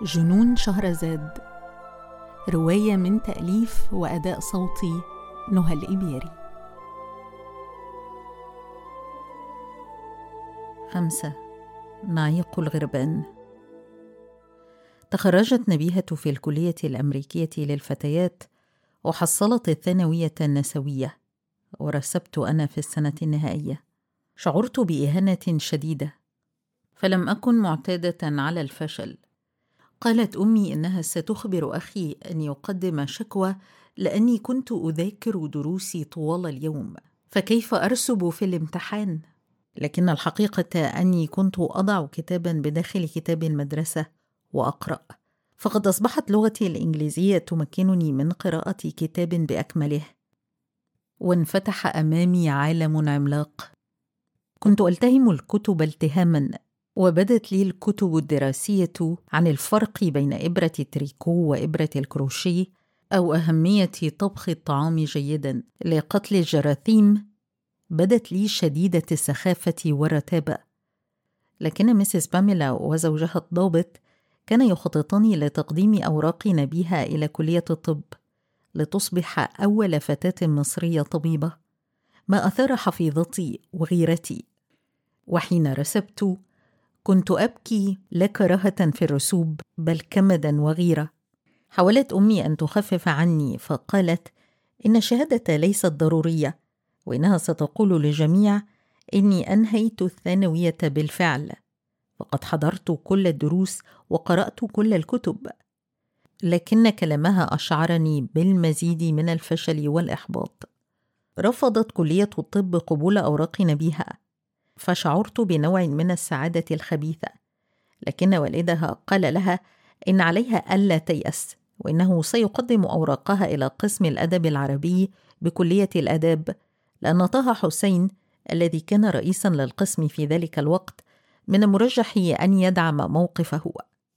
جنون شهرزاد، رواية من تأليف وأداء صوتي نهى الإبياري. 5. نعيق الغربان. تخرجت نبيهة في الكلية الأمريكية للفتيات وحصلت الثانوية النسوية، ورسبت أنا في السنة النهائية. شعرت بإهانة شديدة، فلم أكن معتادة على الفشل. قالت أمي إنها ستخبر أخي أن يقدم شكوى لأني كنت أذاكر دروسي طوال اليوم، فكيف أرسب في الامتحان؟ لكن الحقيقة أني كنت أضع كتابا بداخل كتاب المدرسة وأقرأ، فقد أصبحت لغتي الإنجليزية تمكنني من قراءة كتاب بأكمله، وانفتح أمامي عالم عملاق. كنت ألتهم الكتب التهاما، وبدت لي الكتب الدراسية عن الفرق بين إبرة التريكو وإبرة الكروشيه، أو أهمية طبخ الطعام جيدا لقتل الجراثيم، بدت لي شديدة السخافة والرتابة. لكن ميسيس باميلا وزوجها الضابط كان يخططان لتقديم أوراق نبيهة إلى كلية الطب لتصبح أول فتاة مصرية طبيبة، ما أثار حفيظتي وغيرتي. وحين رسبت كنت أبكي لا كراهة في الرسوب، بل كمدا وغيرة. حاولت أمي أن تخفف عني، فقالت إن الشهادة ليست ضرورية، وإنها ستقول للجميع إني أنهيت الثانوية بالفعل، فقد حضرت كل الدروس وقرأت كل الكتب. لكن كلامها أشعرني بالمزيد من الفشل والإحباط. رفضت كلية الطب قبول أوراق نبيهة، فشعرت بنوع من السعادة الخبيثة. لكن والدها قال لها إن عليها ألا تيأس، وإنه سيقدم أوراقها إلى قسم الأدب العربي بكلية الآداب، لأن طه حسين الذي كان رئيسا للقسم في ذلك الوقت من المرجح أن يدعم موقفه.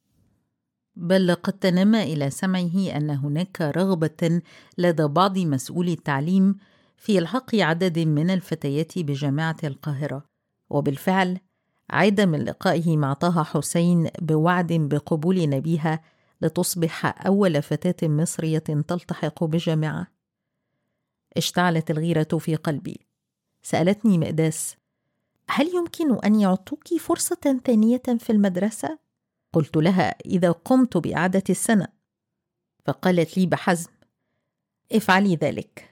بل قد تنم إلى سمعه أن هناك رغبة لدى بعض مسؤولي التعليم في إلحاق عدد من الفتيات بجامعة القاهرة. وبالفعل عاد من لقائه مع طه حسين بوعد بقبول نبيهة لتصبح أول فتاة مصرية تلتحق بالجامعة. اشتعلت الغيرة في قلبي. سألتني مقداس: هل يمكن أن يعطوك فرصة ثانية في المدرسة؟ قلت لها: إذا قمت بإعادة السنة. فقالت لي بحزم: افعلي ذلك.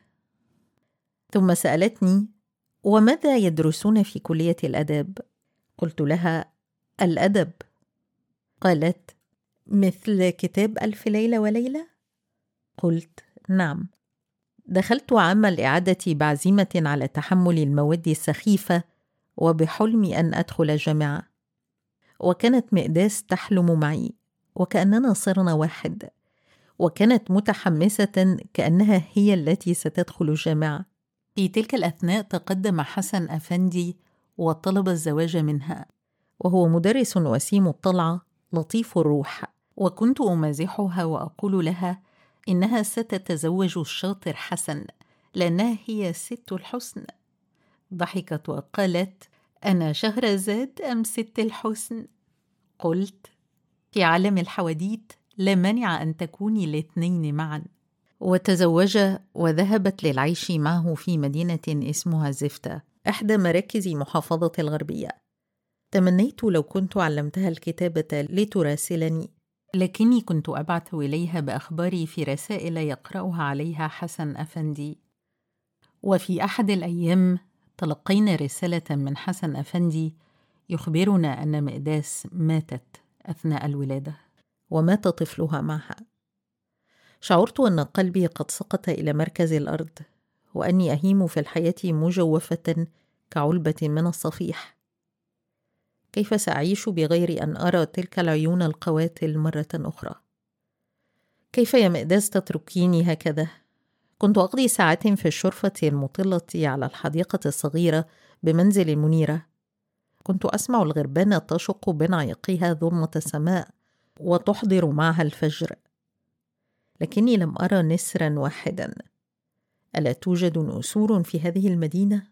ثم سألتني: وماذا يدرسون في كلية الآداب؟ قلت لها: الأدب. قالت: مثل كتاب ألف ليلة وليلة؟ قلت: نعم. دخلت عام الإعادة بعزيمة على تحمل المواد السخيفة، وبحلم أن أدخل الجامعة. وكانت مقداس تحلم معي، وكأننا صرنا واحد، وكانت متحمسة كأنها هي التي ستدخل الجامعة. في تلك الأثناء تقدم حسن أفندي وطلب الزواج منها، وهو مدرس وسيم الطلعة لطيف الروح، وكنت أمازحها وأقول لها إنها ستتزوج الشاطر حسن لأنها هي ست الحسن. ضحكت وقالت: أنا شهرزاد أم ست الحسن؟ قلت: في عالم الحواديت لا مانع أن تكوني الاثنين معا. وتزوجا وذهبت للعيش معه في مدينة اسمها زفتة، إحدى مراكز محافظة الغربية. تمنيت لو كنت علمتها الكتابة لتراسلني، لكني كنت أبعث إليها بأخباري في رسائل يقرأها عليها حسن أفندي. وفي أحد الأيام تلقينا رسالة من حسن أفندي يخبرنا أن مقداس ماتت أثناء الولادة، ومات طفلها معها. شعرت أن قلبي قد سقط إلى مركز الأرض، وأني أهيم في الحياة مجوفة كعلبة من الصفيح. كيف سأعيش بغير أن أرى تلك العيون القواتل مرة أخرى؟ كيف يا مقداس تتركيني هكذا؟ كنت أقضي ساعات في الشرفة المطلة على الحديقة الصغيرة بمنزل المنيرة. كنت أسمع الغربان تشق بنعيقها ظلمة السماء وتحضر معها الفجر، لكني لم أرى نسرا واحدا. ألا توجد نسور في هذه المدينة؟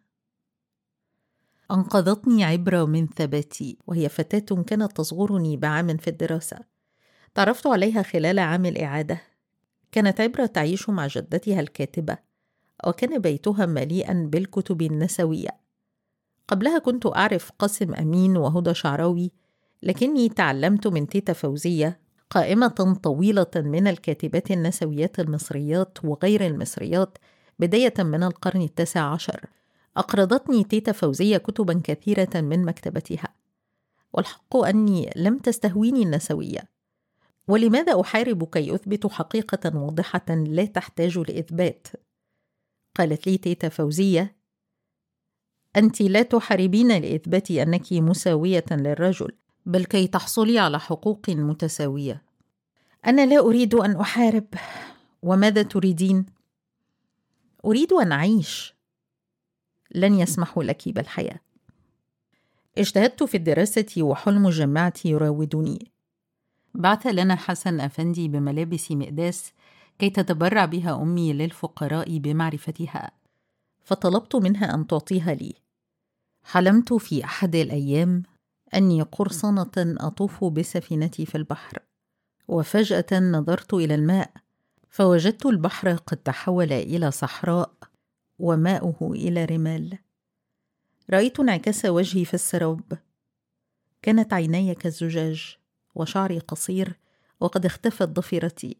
أنقذتني عبرة من ثباتي، وهي فتاة كانت تصغرني بعام في الدراسة. تعرفت عليها خلال عام الإعادة. كانت عبرة تعيش مع جدتها الكاتبة، وكان بيتها مليئا بالكتب النسوية. قبلها كنت أعرف قاسم أمين وهدى شعراوي، لكني تعلمت من تيتا فوزية قائمة طويلة من الكاتبات النسويات المصريات وغير المصريات بداية من القرن 19. أقرضتني تيتا فوزية كتبا كثيرة من مكتبتها، والحق أني لم تستهويني النسوية. ولماذا أحارب كي أثبت حقيقة واضحة لا تحتاج لإثبات؟ قالت لي تيتا فوزية: أنت لا تحاربين لإثبات أنك مساوية للرجل، بل كي تحصلي على حقوق متساوية. أنا لا أريد أن أحارب. وماذا تريدين؟ أريد أن أعيش. لن يسمحوا لك بالحياة. اجتهدت في الدراسة وحلم الجامعة يراودني. بعث لنا حسن أفندي بملابس مقداس كي تتبرع بها أمي للفقراء بمعرفتها، فطلبت منها أن تعطيها لي. حلمت في أحد الأيام أني قرصنة أطوف بسفينتي في البحر، وفجأة نظرت إلى الماء فوجدت البحر قد تحول إلى صحراء وماؤه إلى رمال. رأيت انعكاس وجهي في السراب. كانت عيناي كالزجاج وشعري قصير وقد اختفت ضفيرتي.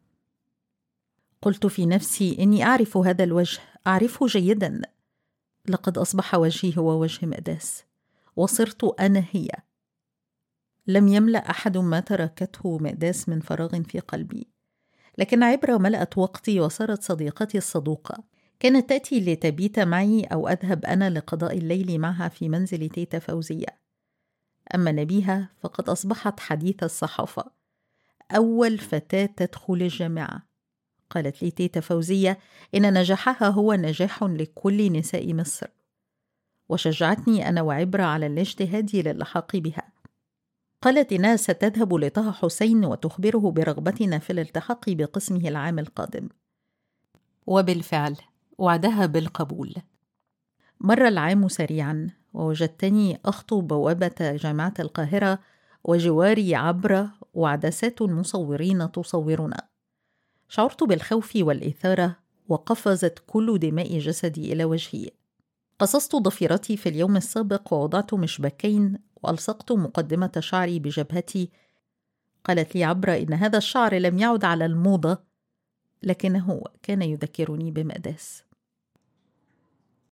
قلت في نفسي إني أعرف هذا الوجه، أعرفه جيدا. لقد أصبح وجهي هو وجه مقداس، وصرت أنا هي. لم يملأ أحد ما تركته مقداس من فراغ في قلبي، لكن عبرة ملأت وقتي وصارت صديقتي الصدوقة. كانت تأتي لتبيت معي أو أذهب أنا لقضاء الليل معها في منزل تيتا فوزية. أما نبيها فقد أصبحت حديث الصحافة، أول فتاة تدخل الجامعة. قالت لي تيتا فوزية إن نجاحها هو نجاح لكل نساء مصر، وشجعتني أنا وعبرة على الاجتهاد للحاق بها. قالت إنها ستذهب لطه حسين وتخبره برغبتنا في الالتحاق بقسمه العام القادم، وبالفعل وعدها بالقبول. مر العام سريعا، ووجدتني أخطو بوابة جامعة القاهرة وجواري عبرة وعدسات مصورين تصورنا. شعرت بالخوف والإثارة، وقفزت كل دماء جسدي إلى وجهي. قصصت ضفيرتي في اليوم السابق ووضعت مشبكين وألصقت مقدمة شعري بجبهتي. قالت لي عبرة إن هذا الشعر لم يعد على الموضة، لكنه كان يذكرني بمقداس.